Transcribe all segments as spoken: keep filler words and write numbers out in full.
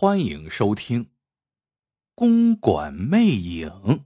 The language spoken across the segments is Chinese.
欢迎收听《公馆魅影》。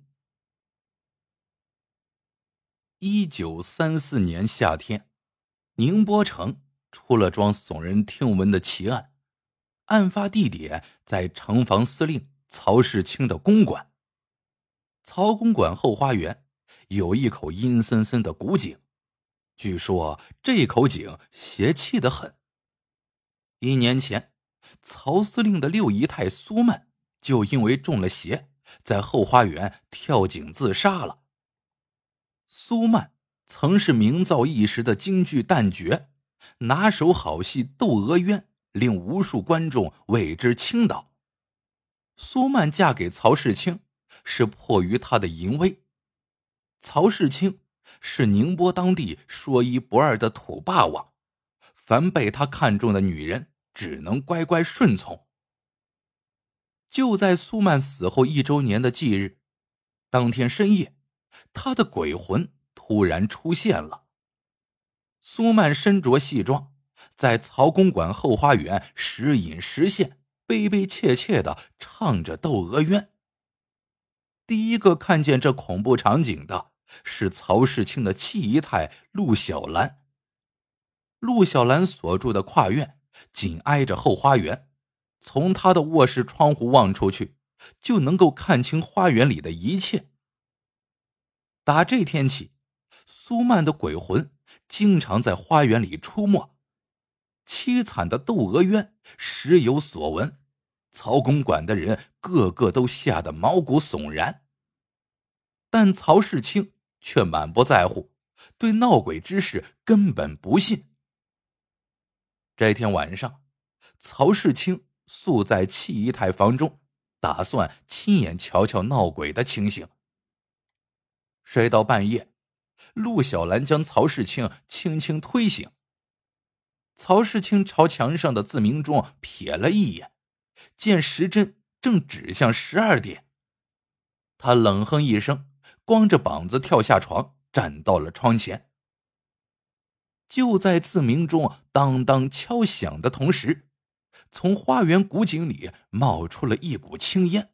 一九三四年夏天，宁波城出了桩耸人听闻的奇案，案发地点在城防司令曹世清的公馆。曹公馆后花园有一口阴森森的古井，据说这口井邪气得很。一年前，曹司令的六姨太苏曼就因为中了邪，在后花园跳井自杀了。苏曼曾是名噪一时的京剧旦角，拿手好戏《窦娥冤》，令无数观众为之倾倒。苏曼嫁给曹世清是迫于她的淫威。曹世清是宁波当地说一不二的土霸王，凡被他看中的女人只能乖乖顺从。就在苏曼死后一周年的忌日，当天深夜，她的鬼魂突然出现了。苏曼身着戏装，在曹公馆后花园时隐时现，悲悲切切地唱着《窦娥冤》。第一个看见这恐怖场景的是曹世清的七姨太陆小兰。陆小兰所住的跨院紧挨着后花园，从她的卧室窗户望出去，就能够看清花园里的一切。打这天起，苏曼的鬼魂经常在花园里出没。凄惨的窦娥冤时有所闻，曹公馆的人个个都吓得毛骨悚然。但曹世清却满不在乎，对闹鬼之事根本不信。这天晚上，曹世清宿在七姨太房中，打算亲眼瞧瞧闹鬼的情形。睡到半夜，陆小兰将曹世清轻轻推醒。曹世清朝墙上的自鸣钟瞥了一眼，见时针正指向十二点。他冷哼一声，光着膀子跳下床，站到了窗前。就在自鸣钟当当敲响的同时，从花园古井里冒出了一股青烟。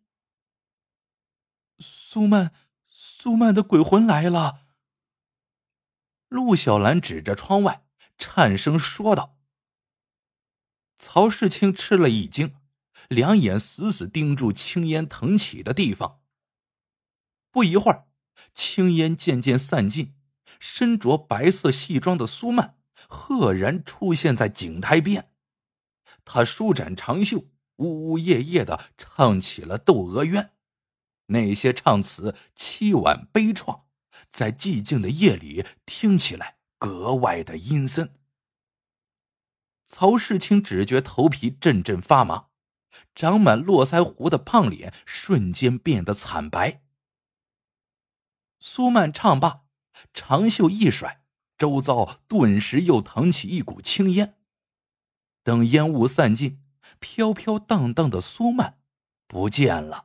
苏曼，苏曼的鬼魂来了！陆小兰指着窗外，颤声说道。曹世清吃了一惊，两眼死死盯住青烟腾起的地方。不一会儿，青烟渐渐散尽，身着白色戏装的苏曼赫然出现在井台边。他舒展长袖，呜呜咽咽地唱起了《窦娥冤》，那些唱词凄婉悲怆，在寂静的夜里听起来格外的阴森。曹世清只觉头皮阵阵发麻，长满络腮胡的胖脸瞬间变得惨白。苏曼唱罢，长袖一甩，周遭顿时又腾起一股青烟。等烟雾散尽，飘飘荡荡的苏曼不见了。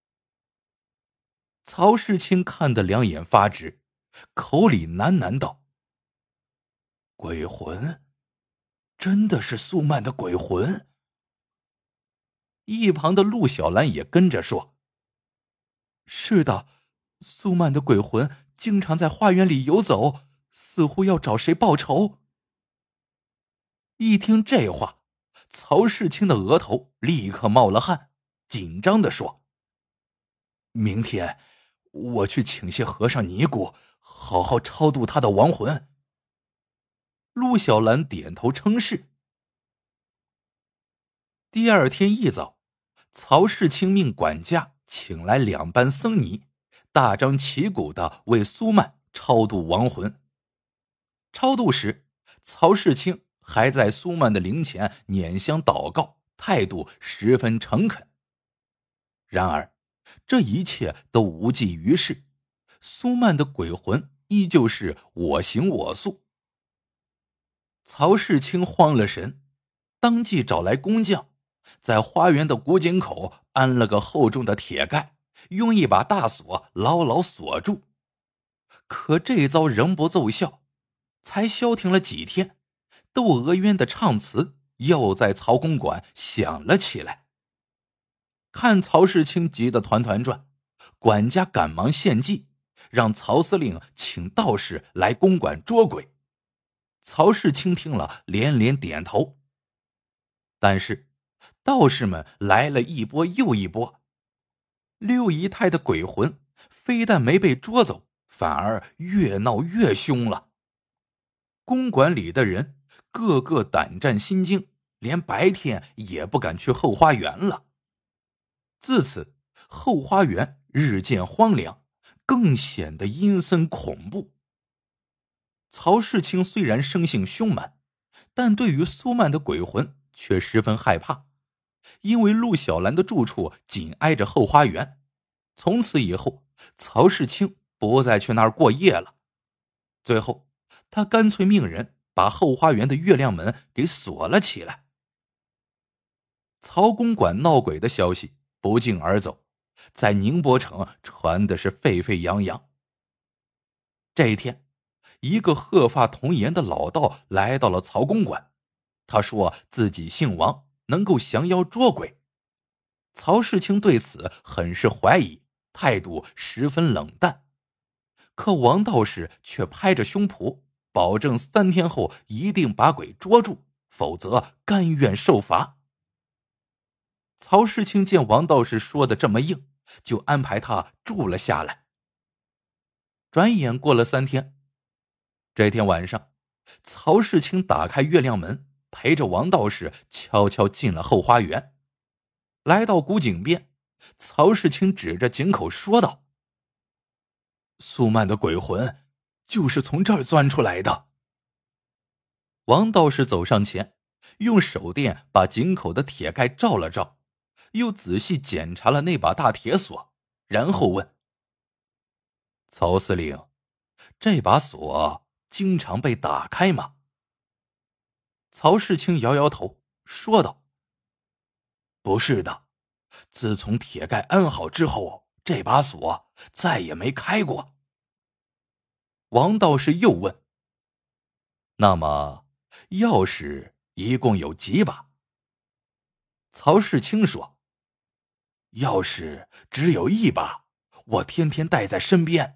曹世清看得两眼发直，口里喃喃道：鬼魂，真的是苏曼的鬼魂。一旁的陆小兰也跟着说：是的，苏曼的鬼魂经常在花园里游走，似乎要找谁报仇。一听这话，曹世清的额头立刻冒了汗，紧张地说：明天我去请些和尚尼姑，好好超度他的亡魂。陆小兰点头称是。第二天一早，曹世清命管家请来两班僧尼，大张旗鼓地为苏曼超度亡魂。超度时，曹世清还在苏曼的灵前拈香祷告，态度十分诚恳。然而这一切都无济于事，苏曼的鬼魂依旧是我行我素。曹世清慌了神，当即找来工匠，在花园的古井口安了个厚重的铁盖，用一把大锁牢牢锁住。可这遭仍不奏效，才消停了几天，窦娥冤的唱词又在曹公馆响了起来。 看曹世清急得团团转，管家赶忙献计，让曹司令请道士来公馆捉鬼。曹世清听了连连点头。但是道士们来了一波又一波，六姨太的鬼魂非但没被捉走，反而越闹越凶了。公馆里的人个个胆战心惊，连白天也不敢去后花园了。自此后花园日渐荒凉，更显得阴森恐怖。曹世清虽然生性凶蛮，但对于苏曼的鬼魂却十分害怕，因为陆小兰的住处紧挨着后花园，从此以后曹世清不再去那儿过夜了。最后他干脆命人把后花园的月亮门给锁了起来。曹公馆闹鬼的消息不胫而走，在宁波城传的是沸沸扬扬。这一天，一个鹤发童颜的老道来到了曹公馆，他说自己姓王，能够降妖捉鬼。曹世清对此很是怀疑，态度十分冷淡。可王道士却拍着胸脯保证三天后一定把鬼捉住，否则甘愿受罚。曹世清见王道士说的这么硬，就安排他住了下来。转眼过了三天，这天晚上，曹世清打开月亮门，陪着王道士悄悄进了后花园。来到古井边，曹世清指着井口说道：“苏曼的鬼魂就是从这儿钻出来的。”王道士走上前，用手电把井口的铁盖照了照，又仔细检查了那把大铁锁，然后问：“曹司令，这把锁经常被打开吗？”曹世清摇摇头，说道：“不是的，自从铁盖安好之后，这把锁再也没开过。”王道士又问：“那么钥匙一共有几把？”曹世清说：“钥匙只有一把，我天天带在身边。”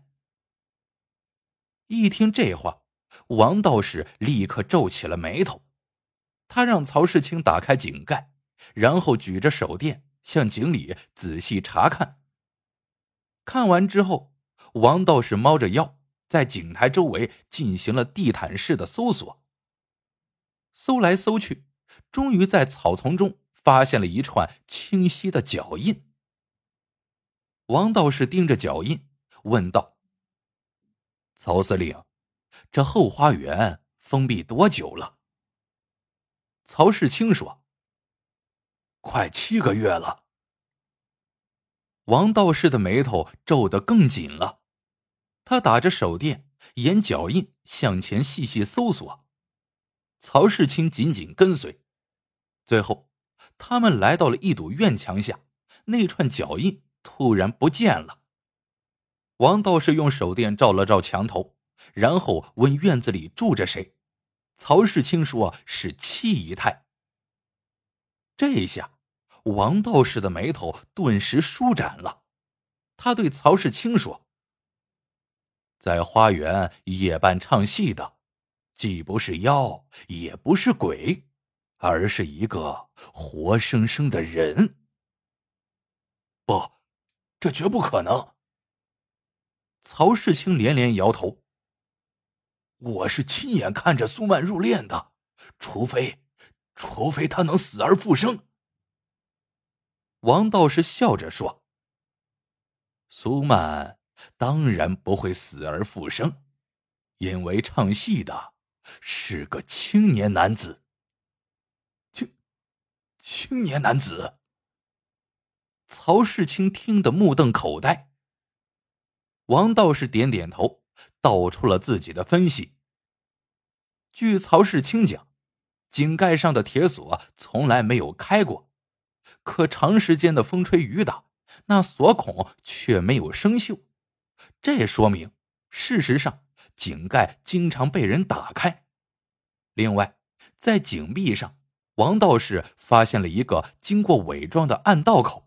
一听这话，王道士立刻皱起了眉头。他让曹世清打开井盖，然后举着手电向井里仔细查看。看完之后，王道士猫着腰在井台周围进行了地毯式的搜索。搜来搜去，终于在草丛中发现了一串清晰的脚印。王道士盯着脚印问道：“曹司令，这后花园封闭多久了？”曹世清说：“快七个月了。”王道士的眉头皱得更紧了，他打着手电沿脚印向前细细搜索。曹世清紧紧跟随，最后他们来到了一堵院墙下，那串脚印突然不见了。王道士用手电照了照墙头，然后问院子里住着谁。曹世清说是七姨太。这下王道士的眉头顿时舒展了，他对曹世清说：“在花园夜半唱戏的，既不是妖，也不是鬼，而是一个活生生的人。”“不，这绝不可能。”曹世清连连摇头。“我是亲眼看着苏曼入殓的，除非除非他能死而复生。”王道士笑着说：“苏曼当然不会死而复生，因为唱戏的是个青年男子。”“青青年男子？”曹世清听得目瞪口呆。王道士点点头，道出了自己的分析。据曹世清讲，井盖上的铁锁从来没有开过，可长时间的风吹雨打，那锁孔却没有生锈。这说明事实上井盖经常被人打开。另外，在井壁上，王道士发现了一个经过伪装的暗道口，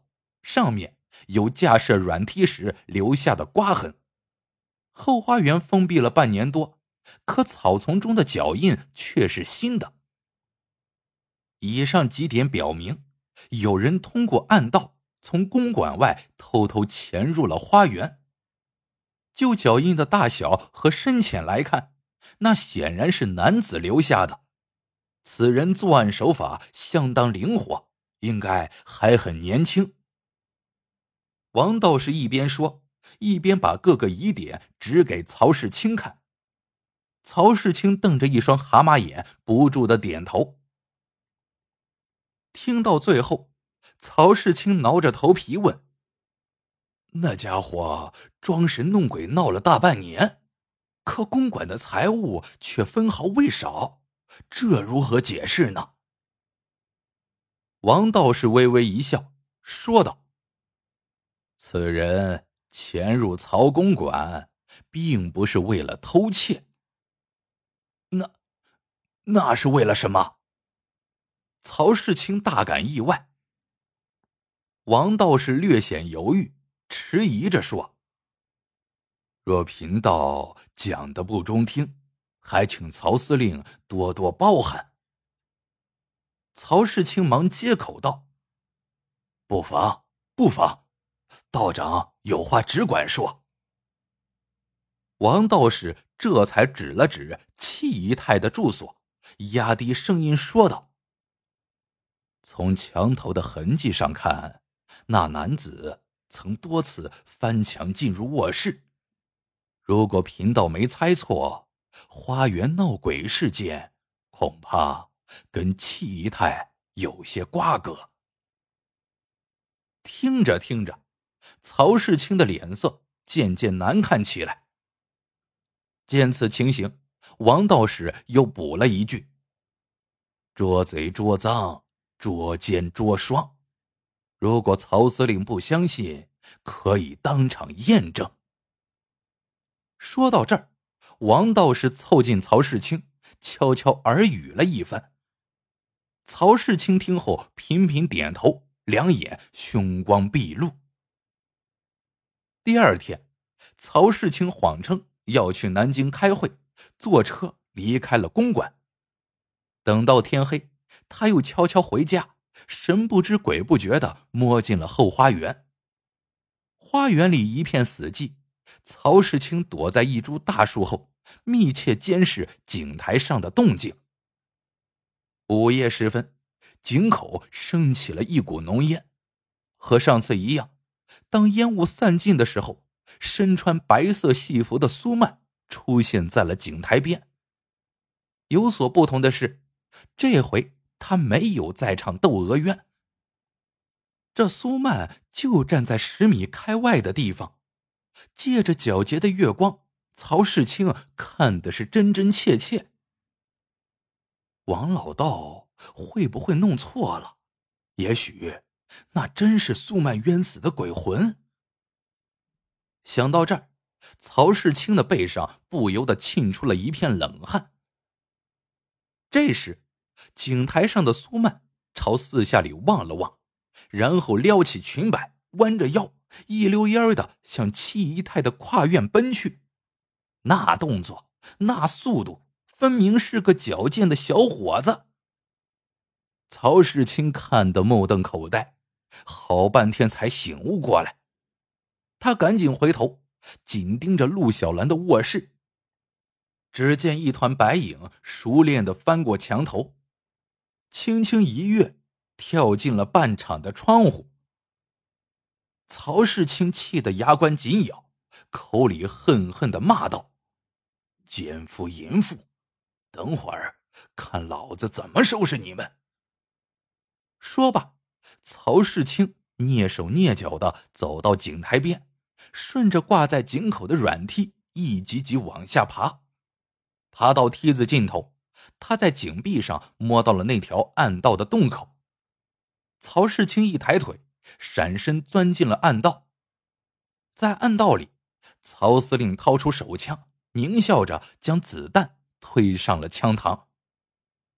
上面有架设软梯时留下的刮痕。后花园封闭了半年多，可草丛中的脚印却是新的。以上几点表明，有人通过暗道从公馆外偷偷潜入了花园。就脚印的大小和深浅来看，那显然是男子留下的。此人作案手法相当灵活，应该还很年轻。王道士一边说，一边把各个疑点指给曹世清看。曹世清瞪着一双蛤蟆眼，不住地点头。听到最后，曹世清挠着头皮问：那家伙装神弄鬼闹了大半年，可公馆的财物却分毫未少，这如何解释呢？王道士微微一笑，说道：此人潜入曹公馆，并不是为了偷窃。那那是为了什么？曹世清大感意外。王道士略显犹豫，迟疑着说：若贫道讲得不中听，还请曹司令多多包涵。曹世清忙接口道：不妨不妨，道长有话只管说。王道士这才指了指戚姨太的住所，压低声音说道：从墙头的痕迹上看，那男子曾多次翻墙进入卧室。如果贫道没猜错，花园闹鬼事件恐怕跟戚姨太有些瓜葛。听着听着，曹世清的脸色渐渐难看起来。见此情形，王道士又补了一句：捉贼捉赃，捉奸捉双。如果曹司令不相信，可以当场验证。说到这儿，王道士凑近曹世清，悄悄耳语了一番。曹世清听后频频点头，两眼凶光毕露。第二天，曹世清谎称要去南京开会，坐车离开了公馆。等到天黑，他又悄悄回家，神不知鬼不觉地摸进了后花园。花园里一片死寂，曹世清躲在一株大树后，密切监视井台上的动静。午夜时分，井口升起了一股浓烟。和上次一样，当烟雾散尽的时候，身穿白色戏服的苏曼出现在了井台边。有所不同的是，这回他没有在场《窦娥冤》。这苏曼就站在十米开外的地方，借着皎洁的月光，曹世清看的是真真切切。王老道会不会弄错了？也许那真是苏曼冤死的鬼魂。想到这儿，曹世清的背上不由得沁出了一片冷汗。这时，井台上的苏曼朝四下里望了望，然后撩起裙摆，弯着腰，一溜烟的向戚姨太的跨院奔去。那动作，那速度，分明是个矫健的小伙子。曹世清看得目瞪口呆，好半天才醒悟过来。他赶紧回头，紧盯着陆小兰的卧室。只见一团白影熟练地翻过墙头，轻轻一跃，跳进了半敞的窗户。曹世清气得牙关紧咬，口里恨恨地骂道：奸夫淫妇，等会儿看老子怎么收拾你们。说罢，曹世清蹑手蹑脚地走到井台边，顺着挂在井口的软梯一级级往下爬。爬到梯子尽头，他在井壁上摸到了那条暗道的洞口。曹世清一抬腿，闪身钻进了暗道。在暗道里，曹司令掏出手枪，狞笑着将子弹推上了枪膛。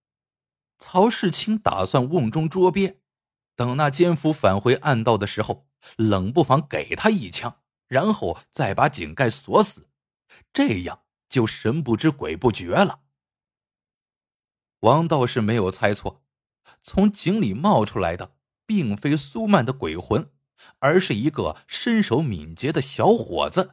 曹世清打算瓮中捉鳖，等那奸夫返回暗道的时候， 冷不防给他一枪，然后再把井盖锁死，这样就神不知鬼不觉了。王道士没有猜错，从井里冒出来的并非苏曼的鬼魂，而是一个身手敏捷的小伙子。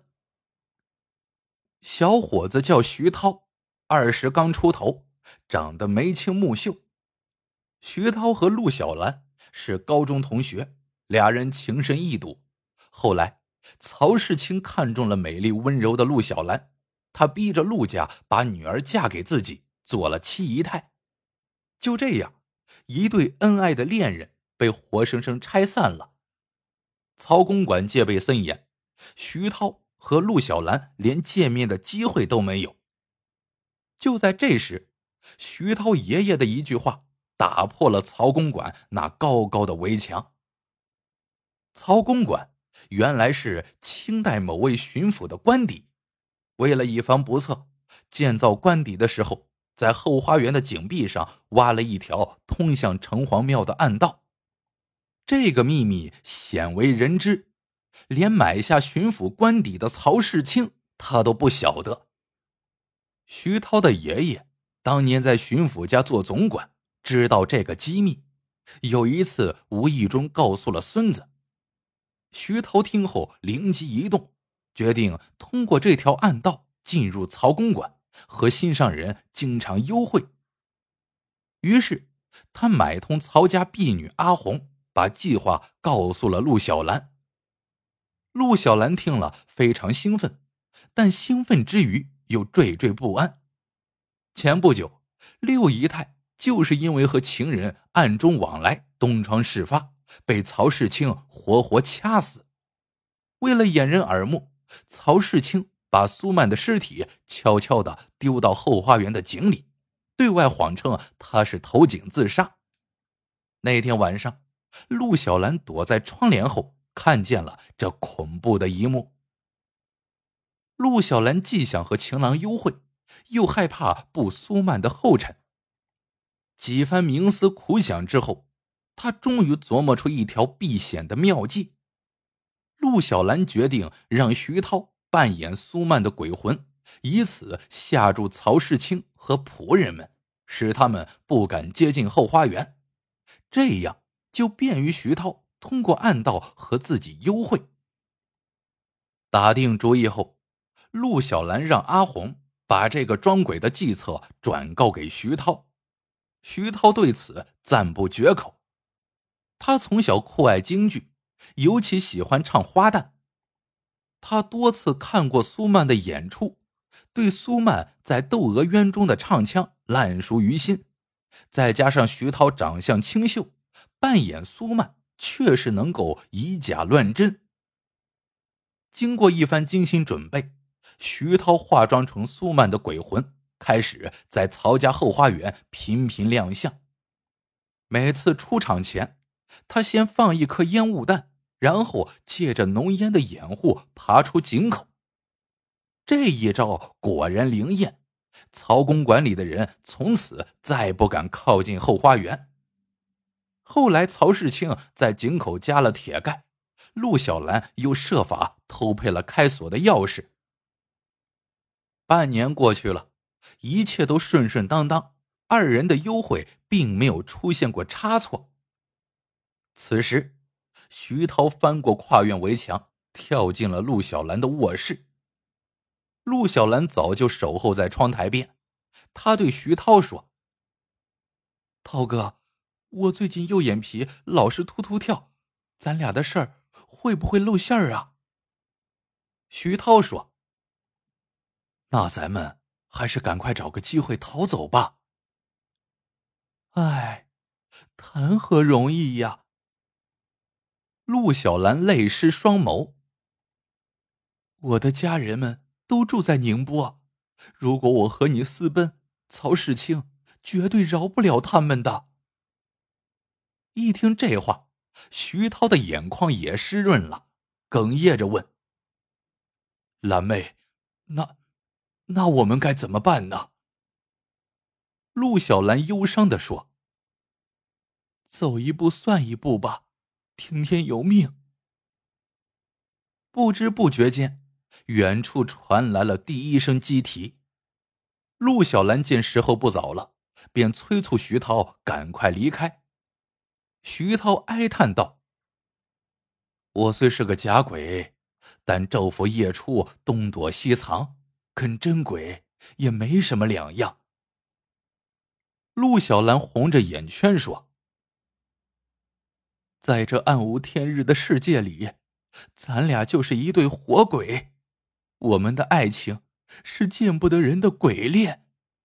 小伙子叫徐涛，二十刚出头，长得眉清目秀。徐涛和陆小兰是高中同学，俩人情深意笃。后来曹世清看中了美丽温柔的陆小兰，他逼着陆家把女儿嫁给自己，做了七姨太。就这样，一对恩爱的恋人被活生生拆散了。曹公馆戒备森严，徐涛和陆小兰连见面的机会都没有。就在这时，徐涛爷爷的一句话打破了曹公馆那高高的围墙。曹公馆原来是清代某位巡抚的官邸，为了以防不测，建造官邸的时候，在后花园的井壁上挖了一条通向城隍庙的暗道。这个秘密鲜为人知，连买下巡抚官邸的曹世清他都不晓得。徐涛的爷爷当年在巡抚家做总管，知道这个机密，有一次无意中告诉了孙子。徐涛听后灵机一动，决定通过这条暗道进入曹公馆，和心上人经常幽会。于是他买通曹家婢女阿红，把计划告诉了陆小兰。陆小兰听了非常兴奋，但兴奋之余又惴惴不安。前不久，六姨太就是因为和情人暗中往来，东窗事发，被曹世清活活掐死。为了掩人耳目，曹世清把苏曼的尸体悄悄地丢到后花园的井里，对外谎称他是投井自杀。那天晚上，陆小兰躲在窗帘后，看见了这恐怖的一幕。陆小兰既想和情郎幽会，又害怕步苏曼的后尘。几番冥思苦想之后，她终于琢磨出一条避险的妙计。陆小兰决定让徐涛扮演苏曼的鬼魂，以此吓住曹世清和仆人们，使他们不敢接近后花园。这样就便于徐涛通过暗道和自己幽会。打定主意后，陆小兰让阿红把这个装鬼的计策转告给徐涛。徐涛对此赞不绝口。他从小酷爱京剧，尤其喜欢唱花旦。他多次看过苏曼的演出，对苏曼在《窦娥冤》中的唱腔烂熟于心。再加上徐涛长相清秀，扮演苏曼确实能够以假乱真。经过一番精心准备，徐涛化妆成苏曼的鬼魂，开始在曹家后花园频频亮相。每次出场前，他先放一颗烟雾弹，然后借着浓烟的掩护爬出井口。这一招果然灵验，曹公馆里的人从此再不敢靠近后花园。后来曹世清在井口加了铁盖，陆小兰又设法偷配了开锁的钥匙。半年过去了，一切都顺顺当当，二人的幽会并没有出现过差错。此时，徐涛翻过跨院围墙，跳进了陆小兰的卧室。陆小兰早就守候在窗台边，她对徐涛说：“涛哥，我最近右眼皮老是突突跳，咱俩的事儿会不会露馅儿啊？”徐涛说：“那咱们还是赶快找个机会逃走吧。”哎，谈何容易呀！陆小兰泪湿双眸。我的家人们都住在宁波，如果我和你私奔，曹世清绝对饶不了他们的。一听这话，徐涛的眼眶也湿润了，哽咽着问：“兰妹，那那我们该怎么办呢？”陆小兰忧伤地说：“走一步算一步吧，听天由命。” 不知不觉间，远处传来了第一声鸡啼。陆小兰见时候不早了，便催促徐涛赶快离开。徐涛哀叹道：我虽是个假鬼，但昼伏夜出，东躲西藏，跟真鬼也没什么两样。陆小兰红着眼圈说：在这暗无天日的世界里，咱俩就是一对活鬼，我们的爱情是见不得人的鬼恋。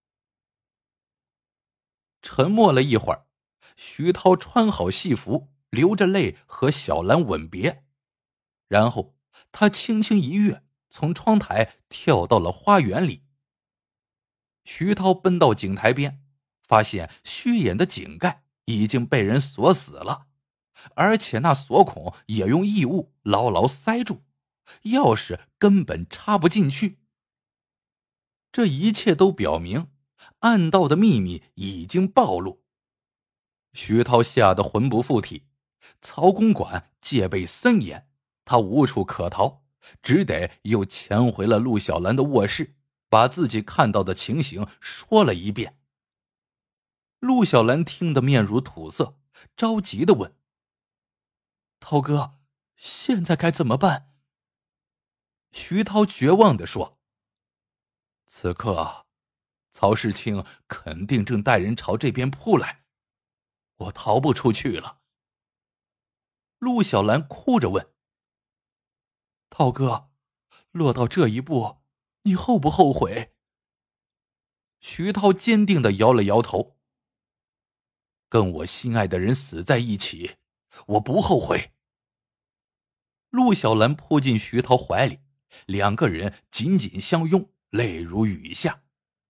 沉默了一会儿，徐涛穿好戏服，流着泪和小兰吻别，然后他轻轻一跃，从窗台跳到了花园里。徐涛奔到井台边，发现虚掩的井盖已经被人锁死了，而且那锁孔也用异物牢牢塞住，钥匙根本插不进去。这一切都表明暗道的秘密已经暴露。徐涛吓得魂不附体，曹公馆戒备森严，他无处可逃，只得又潜回了陆小兰的卧室，把自己看到的情形说了一遍。陆小兰听得面如土色，着急地问：涛哥，现在该怎么办？徐涛绝望地说：此刻曹世清肯定正带人朝这边扑来，我逃不出去了。陆小兰哭着问：涛哥，落到这一步，你后不后悔？徐涛坚定地摇了摇头：跟我心爱的人死在一起，我不后悔。陆小兰扑进徐涛怀里，两个人紧紧相拥，泪如雨下。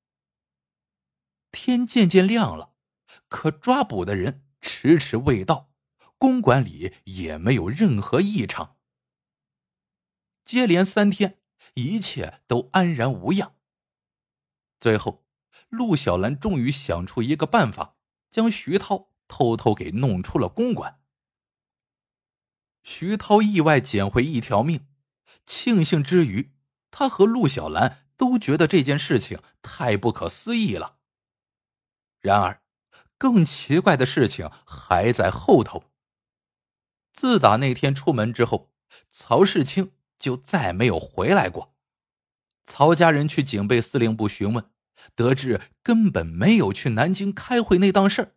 天渐渐亮了，可抓捕的人迟迟未到，公馆里也没有任何异常。接连三天，一切都安然无恙。最后，陆小兰终于想出一个办法，将徐涛偷偷给弄出了公馆。徐涛意外捡回一条命，庆幸之余，他和陆小兰都觉得这件事情太不可思议了。然而，更奇怪的事情还在后头。自打那天出门之后，曹世清就再没有回来过。曹家人去警备司令部询问，得知根本没有去南京开会那档事儿。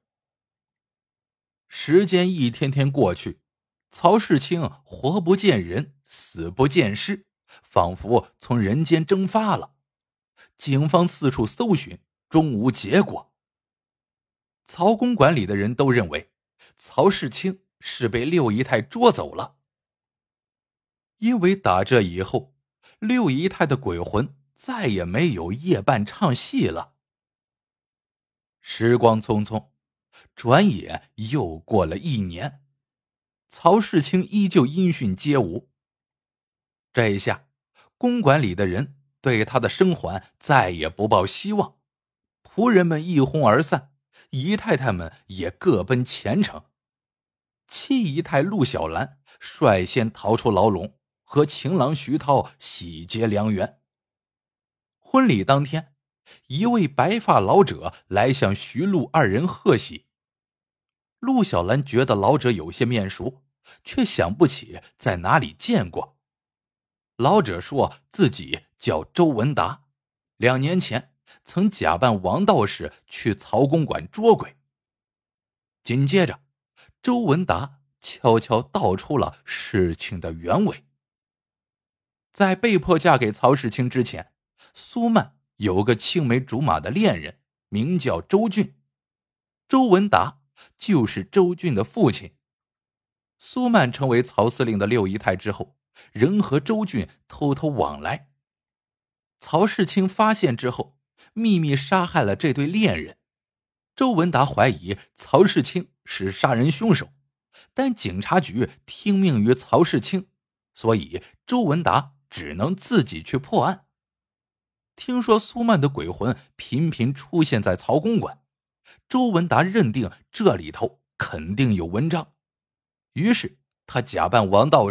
时间一天天过去，曹世清活不见人，死不见尸，仿佛从人间蒸发了。警方四处搜寻，终无结果。曹公馆里的人都认为曹世清是被六姨太捉走了。因为打这以后，六姨太的鬼魂再也没有夜半唱戏了。时光匆匆，转眼又过了一年，曹世清依旧音讯皆无。这一下，公馆里的人对他的生还再也不抱希望，仆人们一哄而散，姨太太们也各奔前程。七姨太陆小兰率先逃出牢笼，和情郎徐涛喜结良缘。婚礼当天，一位白发老者来向徐陆二人贺喜。陆小兰觉得老者有些面熟，却想不起在哪里见过。老者说自己叫周文达，两年前曾假扮王道士去曹公馆捉鬼。紧接着，周文达悄悄道出了事情的原委。在被迫嫁给曹世清之前，苏曼有个青梅竹马的恋人，名叫周俊。周文达就是周俊的父亲。苏曼成为曹司令的六姨太之后，仍和周俊偷偷往来。曹世清发现之后，秘密杀害了这对恋人。周文达怀疑曹世清是杀人凶手，但警察局听命于曹世清，所以周文达只能自己去破案。听说苏曼的鬼魂频频出现在曹公馆，周文达认定这里头肯定有文章，于是他假扮王道士，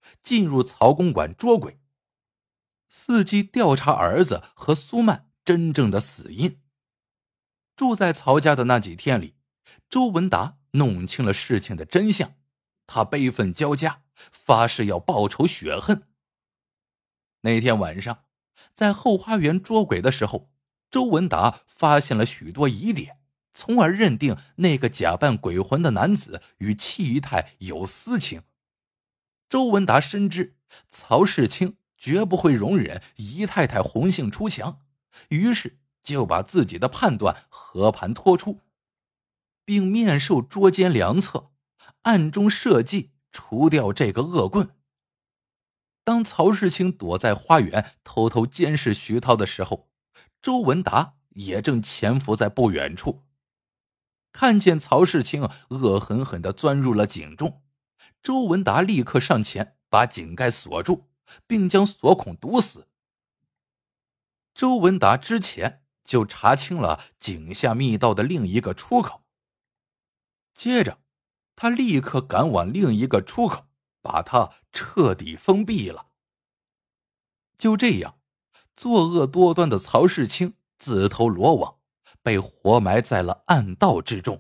进入曹公馆捉鬼，伺机调查儿子和苏曼真正的死因。住在曹家的那几天里，周文达弄清了事情的真相，他悲愤交加，发誓要报仇雪恨。那天晚上，在后花园捉鬼的时候，周文达发现了许多疑点，从而认定那个假扮鬼魂的男子与戚姨太有私情。周文达深知曹世清绝不会容忍姨太太红杏出墙，于是就把自己的判断和盘托出，并面授捉奸良策，暗中设计除掉这个恶棍。当曹世清躲在花园偷偷监视徐涛的时候，周文达也正潜伏在不远处。看见曹世清恶狠狠地钻入了井中，周文达立刻上前把井盖锁住，并将锁孔堵死。周文达之前就查清了井下密道的另一个出口，接着他立刻赶往另一个出口，把它彻底封闭了。就这样，作恶多端的曹世清自投罗网，被活埋在了暗道之中。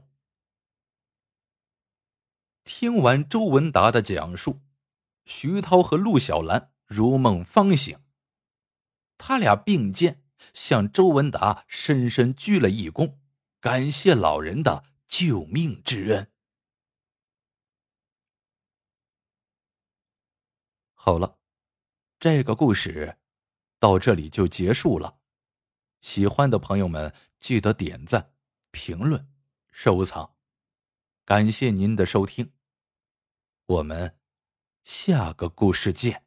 听完周文达的讲述，徐涛和陆小兰如梦方醒，他俩并肩向周文达深深鞠了一躬，感谢老人的救命之恩。好了，这个故事到这里就结束了。喜欢的朋友们记得点赞、评论、收藏。感谢您的收听，我们下个故事见。